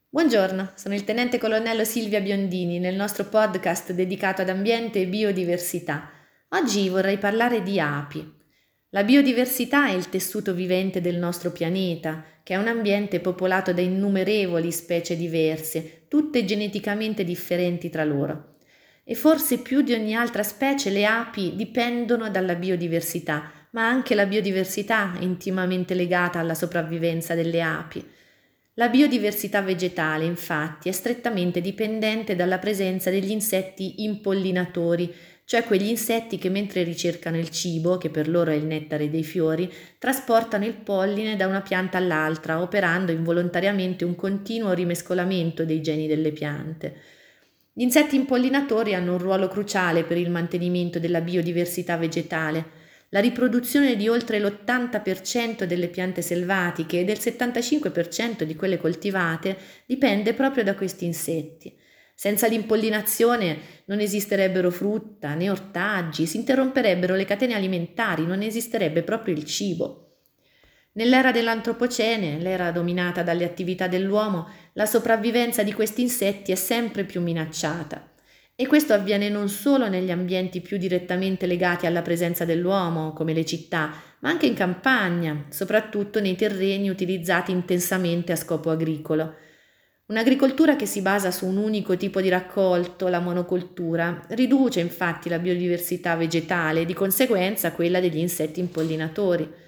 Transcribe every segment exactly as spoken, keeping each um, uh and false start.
Buongiorno, sono il tenente colonnello Silvia Biondini nel nostro podcast dedicato ad ambiente e biodiversità. Oggi vorrei parlare di api. La biodiversità è il tessuto vivente del nostro pianeta, che è un ambiente popolato da innumerevoli specie diverse, tutte geneticamente differenti tra loro. E forse più di ogni altra specie le api dipendono dalla biodiversità, ma anche la biodiversità è intimamente legata alla sopravvivenza delle api. La biodiversità vegetale, infatti, è strettamente dipendente dalla presenza degli insetti impollinatori, cioè quegli insetti che mentre ricercano il cibo, che per loro è il nettare dei fiori, trasportano il polline da una pianta all'altra, operando involontariamente un continuo rimescolamento dei geni delle piante. Gli insetti impollinatori hanno un ruolo cruciale per il mantenimento della biodiversità vegetale. La riproduzione di oltre l'ottanta per cento delle piante selvatiche e del settantacinque per cento di quelle coltivate dipende proprio da questi insetti. Senza l'impollinazione non esisterebbero frutta né ortaggi, si interromperebbero le catene alimentari, non esisterebbe proprio il cibo. Nell'era dell'antropocene, l'era dominata dalle attività dell'uomo, la sopravvivenza di questi insetti è sempre più minacciata. E questo avviene non solo negli ambienti più direttamente legati alla presenza dell'uomo, come le città, ma anche in campagna, soprattutto nei terreni utilizzati intensamente a scopo agricolo. Un'agricoltura che si basa su un unico tipo di raccolto, la monocoltura, riduce infatti la biodiversità vegetale e di conseguenza quella degli insetti impollinatori.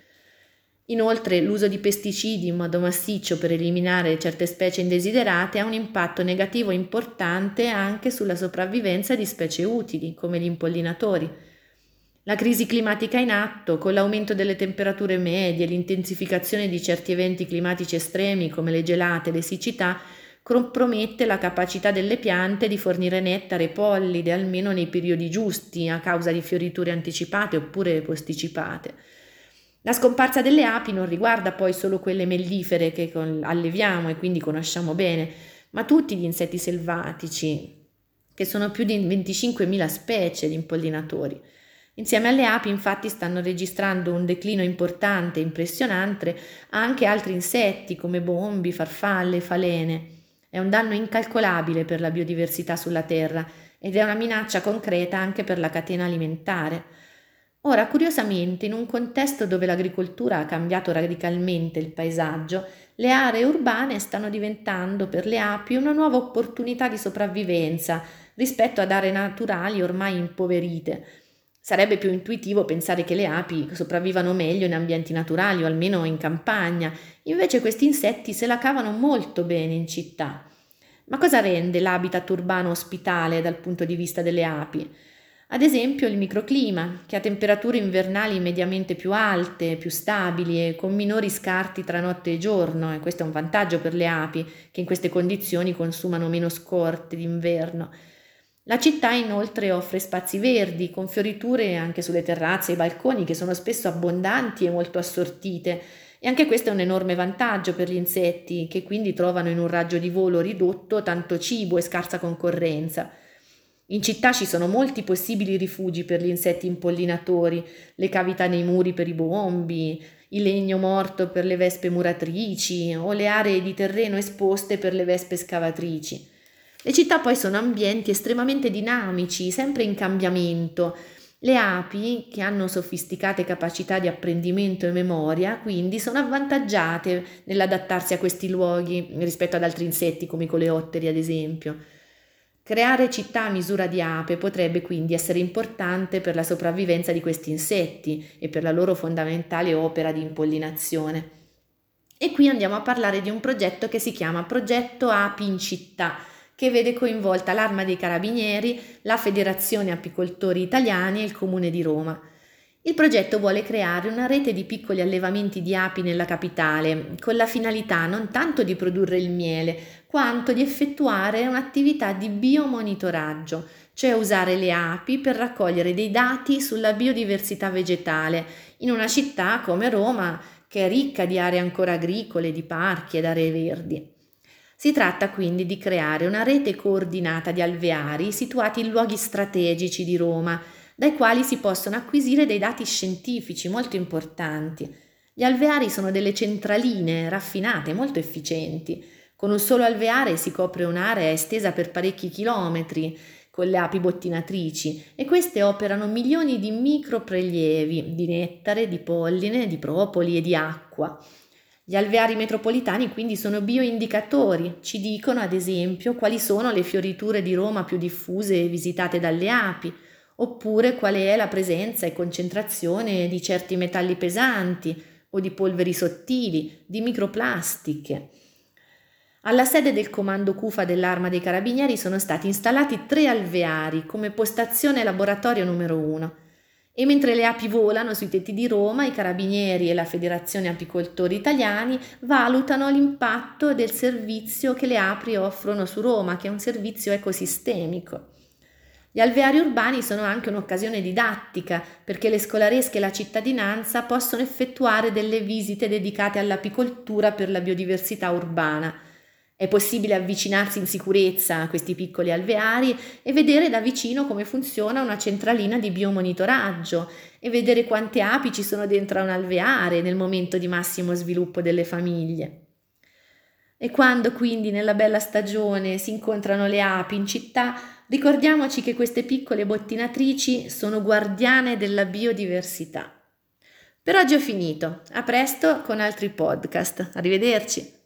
Inoltre, l'uso di pesticidi in modo massiccio per eliminare certe specie indesiderate ha un impatto negativo importante anche sulla sopravvivenza di specie utili, come gli impollinatori. La crisi climatica in atto, con l'aumento delle temperature medie e l'intensificazione di certi eventi climatici estremi come le gelate e le siccità, compromette la capacità delle piante di fornire nettare e polline almeno nei periodi giusti a causa di fioriture anticipate oppure posticipate. La scomparsa delle api non riguarda poi solo quelle mellifere che alleviamo e quindi conosciamo bene, ma tutti gli insetti selvatici, che sono più di venticinquemila specie di impollinatori. Insieme alle api, infatti, stanno registrando un declino importante e impressionante anche altri insetti come bombi, farfalle, falene. È un danno incalcolabile per la biodiversità sulla Terra ed è una minaccia concreta anche per la catena alimentare. Ora, curiosamente, in un contesto dove l'agricoltura ha cambiato radicalmente il paesaggio, le aree urbane stanno diventando per le api una nuova opportunità di sopravvivenza rispetto ad aree naturali ormai impoverite. Sarebbe più intuitivo pensare che le api sopravvivano meglio in ambienti naturali o almeno in campagna, invece questi insetti se la cavano molto bene in città. Ma cosa rende l'habitat urbano ospitale dal punto di vista delle api? Ad esempio il microclima, che ha temperature invernali mediamente più alte, più stabili e con minori scarti tra notte e giorno, e questo è un vantaggio per le api, che in queste condizioni consumano meno scorte d'inverno. La città inoltre offre spazi verdi, con fioriture anche sulle terrazze e i balconi che sono spesso abbondanti e molto assortite, e anche questo è un enorme vantaggio per gli insetti, che quindi trovano in un raggio di volo ridotto tanto cibo e scarsa concorrenza. In città ci sono molti possibili rifugi per gli insetti impollinatori, le cavità nei muri per i bombi, il legno morto per le vespe muratrici o le aree di terreno esposte per le vespe scavatrici. Le città poi sono ambienti estremamente dinamici, sempre in cambiamento. Le api, che hanno sofisticate capacità di apprendimento e memoria, quindi sono avvantaggiate nell'adattarsi a questi luoghi rispetto ad altri insetti come i coleotteri, ad esempio. Creare città a misura di ape potrebbe quindi essere importante per la sopravvivenza di questi insetti e per la loro fondamentale opera di impollinazione. E qui andiamo a parlare di un progetto che si chiama Progetto Api in Città, che vede coinvolta l'Arma dei Carabinieri, la Federazione Apicoltori Italiani e il Comune di Roma. Il progetto vuole creare una rete di piccoli allevamenti di api nella capitale, con la finalità non tanto di produrre il miele, quanto di effettuare un'attività di biomonitoraggio, cioè usare le api per raccogliere dei dati sulla biodiversità vegetale in una città come Roma, che è ricca di aree ancora agricole, di parchi ed aree verdi. Si tratta quindi di creare una rete coordinata di alveari situati in luoghi strategici di Roma, dai quali si possono acquisire dei dati scientifici molto importanti. Gli alveari sono delle centraline raffinate, molto efficienti, Con un solo alveare si copre un'area estesa per parecchi chilometri con le api bottinatrici e queste operano milioni di microprelievi di nettare, di polline, di propoli e di acqua. Gli alveari metropolitani quindi sono bioindicatori, ci dicono ad esempio quali sono le fioriture di Roma più diffuse e visitate dalle api, oppure quale è la presenza e concentrazione di certi metalli pesanti o di polveri sottili, di microplastiche. Alla sede del comando CUFA dell'Arma dei Carabinieri sono stati installati tre alveari come postazione laboratorio numero uno. E mentre le api volano sui tetti di Roma, i Carabinieri e la Federazione Apicoltori Italiani valutano l'impatto del servizio che le api offrono su Roma, che è un servizio ecosistemico. Gli alveari urbani sono anche un'occasione didattica, perché le scolaresche e la cittadinanza possono effettuare delle visite dedicate all'apicoltura per la biodiversità urbana. È possibile avvicinarsi in sicurezza a questi piccoli alveari e vedere da vicino come funziona una centralina di biomonitoraggio e vedere quante api ci sono dentro un alveare nel momento di massimo sviluppo delle famiglie. E quando quindi nella bella stagione si incontrano le api in città, ricordiamoci che queste piccole bottinatrici sono guardiane della biodiversità. Per oggi ho finito, a presto con altri podcast, arrivederci!